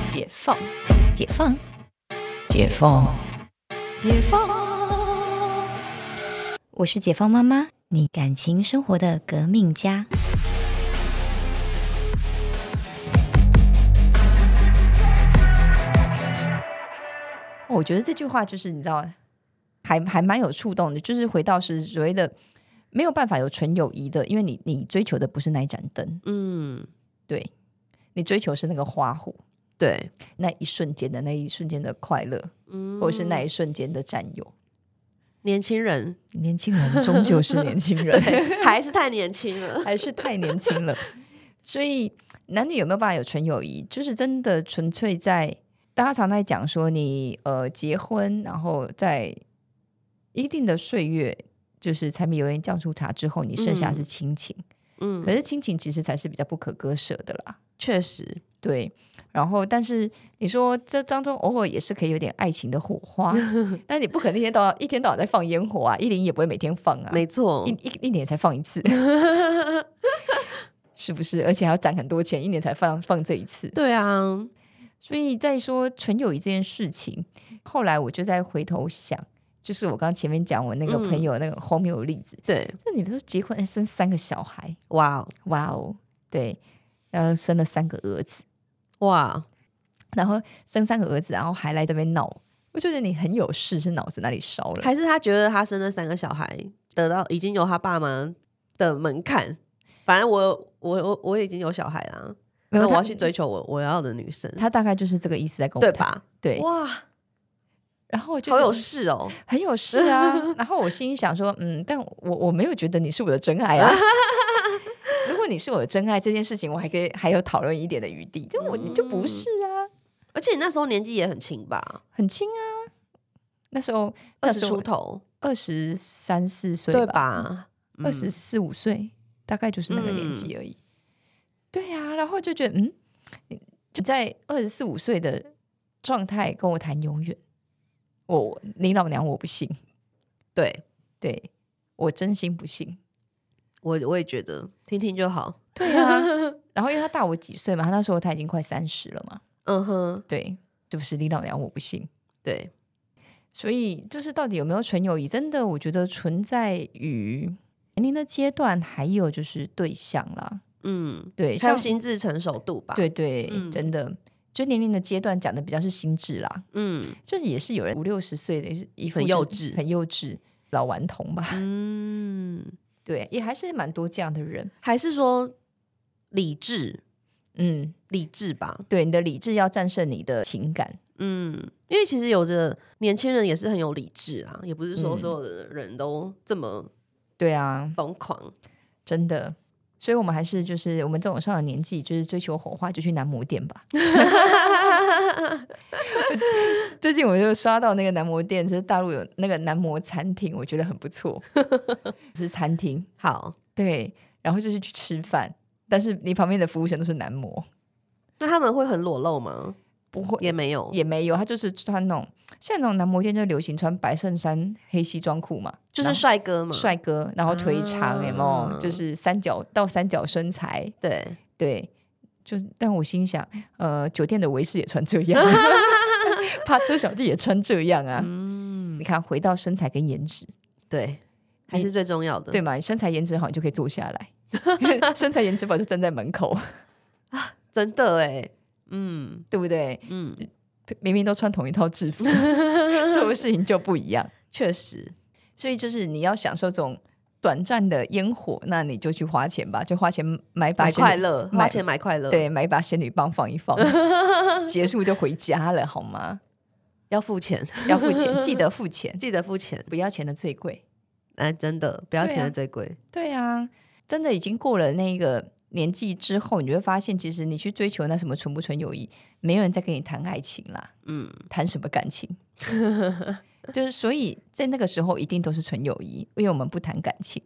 解放，解放，解放，解放。我是解放妈妈，你感情生活的革命家。 我觉得这句话就是你知道，还蛮有触动的，就是回到是所谓的没有办法有纯友谊的，因为你追求的不是那一盏灯，对，你追求是那个花火， 对， 那一瞬间的快乐，或者是那一瞬间的占有。 年轻人终究是年轻人， 还是太年轻了， 还是太年轻了。所以男女有没有办法有纯友谊，就是真的纯粹在大家常在讲说你结婚，然后在一定的岁月，就是柴米油盐酱醋茶之后，你剩下是亲情。可是亲情其实才是比较不可割舍的啦。 确实， 对。然后但是你说这当中偶尔也是可以有点爱情的火花，但你不可能一天到晚在放烟火啊，10也不会每天放啊， 没错， 一年才放一次是不是？而且还要攒很多钱，一年才放这一次。 对啊， 所以在说纯友谊这件事情，后来我就再回头想，就是我刚刚前面讲我那个朋友那个荒谬的例子， 对， 就你们说结婚生3个小孩， 哇哦，对，然后生了3个儿子， 哇， 然后生3个儿子，然后还来这边闹，我觉得你很有事，是脑子哪里烧了？ 还是他觉得他生了3个小孩得到已经有他爸妈的门槛，反正我已经有小孩啦，那我要去追求我要的女生， 他大概就是这个意思在跟我对吧？ 对， 哇， 然后我就好有事哦， 很有事啊。然后我心里想说，但我没有觉得你是我的真爱啊。如果你是我的真爱，这件事情我还有讨论一点的余地。你就不是啊。 而且你那时候年纪也很轻吧？ 很轻啊，那时候 20出头 ，23、24岁对吧 ？24、25岁，大概就是那个年纪而已。对啊，然后就觉得就在24、25岁的状态跟我谈永远，你老娘我不信。对，我真心不信。 我也觉得听听就好。 对啊，然后因为他大我几岁嘛，他那时候他已经快30了嘛。对，就是你老娘我不信。对，所以就是到底有没有纯友谊，真的我觉得存在于年龄的阶段，还有就是对象啦。对， 还有心智成熟度吧。 对，真的就年龄的阶段讲的比较是心智啦。就是也是有人50、60岁的一副很幼稚老顽童吧。对，也还是蛮多这样的人。 还是说理智？理智吧。 对，你的理智要战胜你的情感。 因为其实有着年轻人也是很有理智啊，也不是说所有的人都这么对啊疯狂， 真的。所以我们还是就是我们这种上了年纪，就是追求火花就去男模店吧。最近我就刷到那个男模店，就是大陆有那个男模餐厅，我觉得很不错。是餐厅， 好，对， 然后就是去吃饭，但是你旁边的服务生都是男模。 那他们会很裸露吗？ 不会， 也没有， 他就是穿那种现在那种男模店就流行穿白衬衫黑西装裤嘛， 就是帅哥嘛， 帅哥，然后腿长，有没有？就是三角身材，对，但我心想，酒店的维士也穿这样，趴车小弟也穿这样啊。你看，回到身材跟颜值， 对，还是最重要的， 对嘛？你身材颜值好，你就可以坐下来。身材颜值不好就站在门口啊，真的耶。 对不对？明明都穿同一套制服，做的事情就不一样。 确实， 所以就是你要享受这种短暂的烟火，那你就去花钱吧，就花钱买快乐，花钱买快乐， 对，买一把仙女棒放一放，结束就回家了，好吗？ 要付钱， 记得付钱， 不要钱的最贵。 真的不要钱的最贵。 对啊，真的已经过了那个年纪之后，你就会发现其实你去追求那什么纯不纯友谊，没有人在跟你谈爱情啦。谈什么感情？就是所以在那个时候一定都是纯友谊，因为我们不谈感情。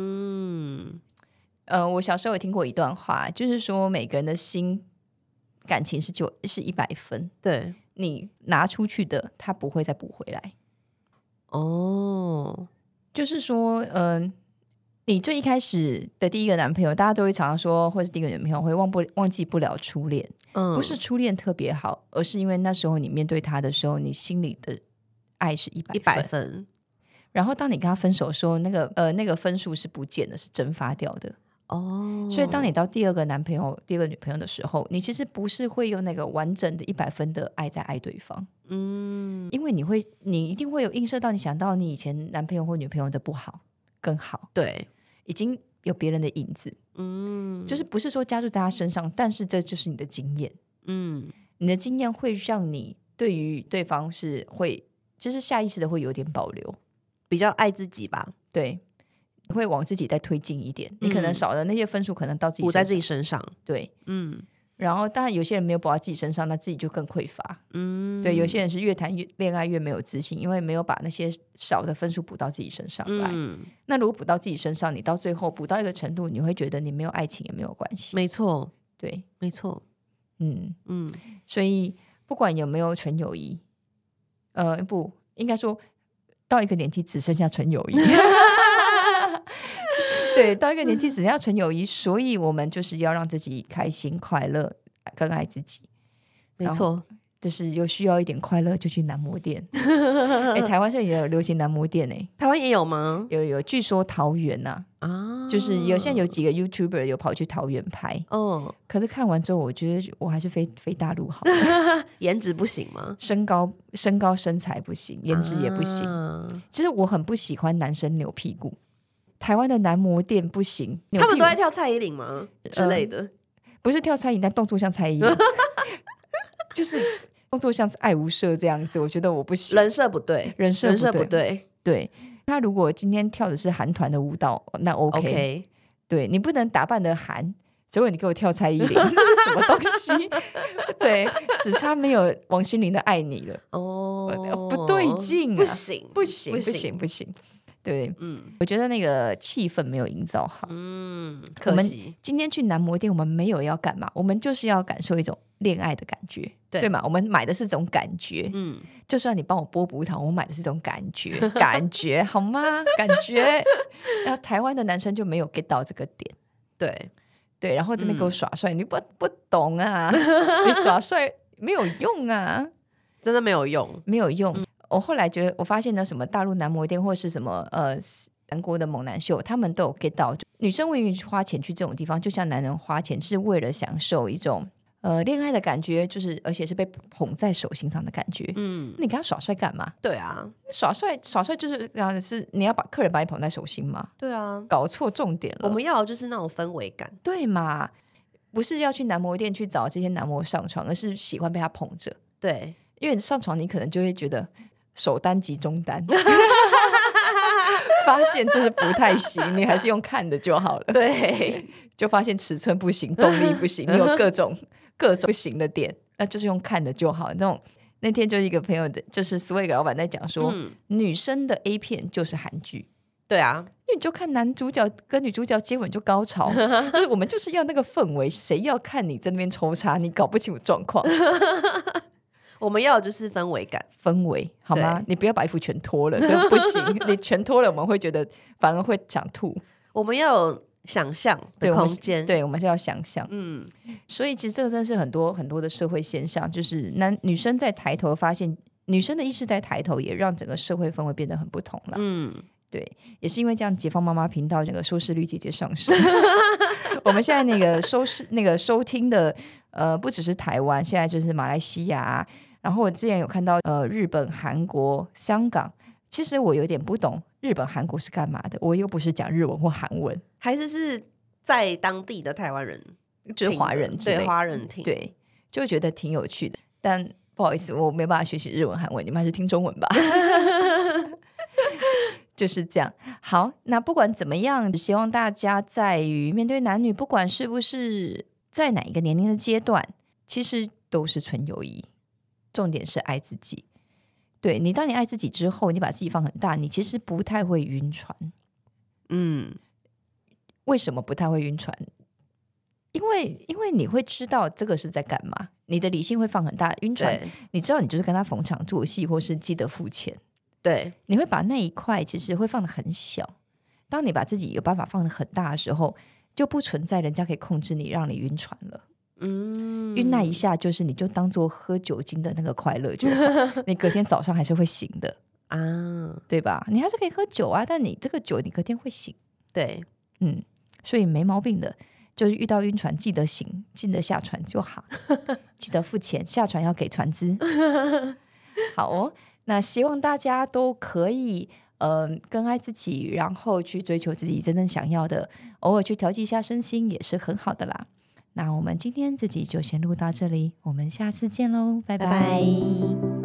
我小时候有听过一段话，就是说每个人的心感情是100分， 对， 你拿出去的他不会再补回来。就是说你最一开始的第一个男朋友，大家都会常常说，或是第一个女朋友会忘记不了初恋，不是初恋特别好，而是因为那时候你面对他的时候，你心里的爱是100分，然后当你跟他分手的时候，那个分数是不见的，是蒸发掉的。所以当你到第二个男朋友、第二个女朋友的时候，你其实不是会用那个完整的100分的爱在爱对方，因为你一定会有映射到你想到你以前男朋友或女朋友的不好更好， 对， 已经有别人的影子，就是不是说加注在他身上，但是这就是你的经验，你的经验会让你对于对方是会就是下意识的会有点保留， 比较爱自己吧， 对，你会往自己再推进一点，你可能少了那些分数可能到自己补在自己身上， 对，然后当然有些人没有补到自己身上，那自己就更匮乏，对，有些人是越谈恋爱越没有自信，因为没有把那些少的分数补到自己身上来，那如果补到自己身上，你到最后补到一个程度，你会觉得你没有爱情也没有关系， 没错， 对， 没错， 所以不管有没有纯友谊，不应该说到一个年纪只剩下纯友谊对，到一个年纪只剩下纯友谊，所以我们就是要让自己开心快乐更爱自己， 没错， 就是有需要一点快乐就去男模店台湾现在也有流行男模店台湾也有吗？ 有据说桃园就是现在有几个 YouTuber 有跑去桃园拍，可是看完之后我觉得我还是飞大陆好颜值不行吗？ 身高身材不行，颜值也不行，其实我很不喜欢男生扭屁股，台湾的男模店不行， 他们都在跳蔡依林吗之类的？ 不是跳蔡依林，但动作像蔡依林就是动作像爱无赦这样子，我觉得我不行， 人设不对， 人设不对， 对，他如果今天跳的是韩团的舞蹈，那 OK， 对，你不能打扮的韩，结果你给我跳蔡依林那是什么东西对，只差没有王心凌的爱你了不对劲不行不行对，我觉得那个气氛没有营造好， 可惜。 今天去男模店，我们没有要干嘛，我们就是要感受一种恋爱的感觉，对吗？我们买的是这种感觉，就算你帮我剥葡萄，我买的是这种感觉，感觉好吗？感觉，然后台湾的男生就没有 get 到这个点，对，然后这边给我耍帅，你不懂啊，你耍帅没有用啊， 真的没有用， 没有用。我后来觉得，我发现呢，什么大陆男模店或是什么韩国的猛男秀，他们都有 get 到，女生愿意花钱去这种地方，就像男人花钱是为了享受一种恋爱的感觉，就是而且是被捧在手心上的感觉。你跟他耍帅干嘛？ 对啊， 耍帅就是你要把客人把你捧在手心吗？ 对啊， 搞错重点了。 我们要的就是那种氛围感， 对嘛？不是要去男模店去找这些男模上床，而是喜欢被他捧着。 对， 因为上床你可能就会觉得首单及中单发现就是不太行，你还是用看的就好了。 对， 就发现尺寸不行，动力不行，你有各种不行的点，那就是用看的就好。那天就一个朋友的，就是 Swag 老板在讲说，女生的 A 片就是韩剧。 对啊， 因为你就看男主角跟女主角接吻就高潮就是我们就是要那个氛围，谁要看你在那边抽插，你搞不清楚状况我们要的就是氛围感， 氛围好吗？你不要把衣服全脱了，这不行你全脱了我们会觉得反而会想吐。 我们要有想象的空间， 对，我们是要想象。所以其实这个真的是很多很多的社会现象，就是女生在抬头发现，女生的意识在抬头，也让整个社会氛围变得很不同了。对，也是因为这样，解放妈妈频道整个收视率节节上升我们现在那个收听的不只是台湾，现在就是马来西亚，然后我之前有看到日本、韩国、香港。其实我有点不懂日本、韩国是干嘛的，我又不是讲日文或韩文， 还是在当地的台湾人， 就是华人之类， 对，华人听， 对，就觉得挺有趣的。但不好意思，我没办法学习日文、韩文，你们还是听中文吧就是这样。好，那不管怎么样，希望大家在于面对男女，不管是不是在哪一个年龄的阶段，其实都是纯友谊，重点是爱自己。对，你当你爱自己之后，你把自己放很大，你其实不太会晕船。为什么不太会晕船？因为你会知道这个是在干嘛，你的理性会放很大。晕船你知道你就是跟他逢场作戏，或是记得付钱。对，你会把那一块其实会放得很小， 当你把自己有办法放得很大的时候，就不存在人家可以控制你让你晕船了。晕那一下就是你就当做喝酒精的那个快乐就好你隔天早上还是会醒的啊，对吧？你还是可以喝酒啊，但你这个酒你隔天会醒。 对， 所以没毛病的，就是遇到晕船记得醒，记得下船就好记得付钱，下船要给船资好哦，那希望大家都可以更爱自己，然后去追求自己真正想要的，偶尔去调剂一下身心也是很好的啦。那我们今天这集就先录到这里，我们下次见喽，拜拜。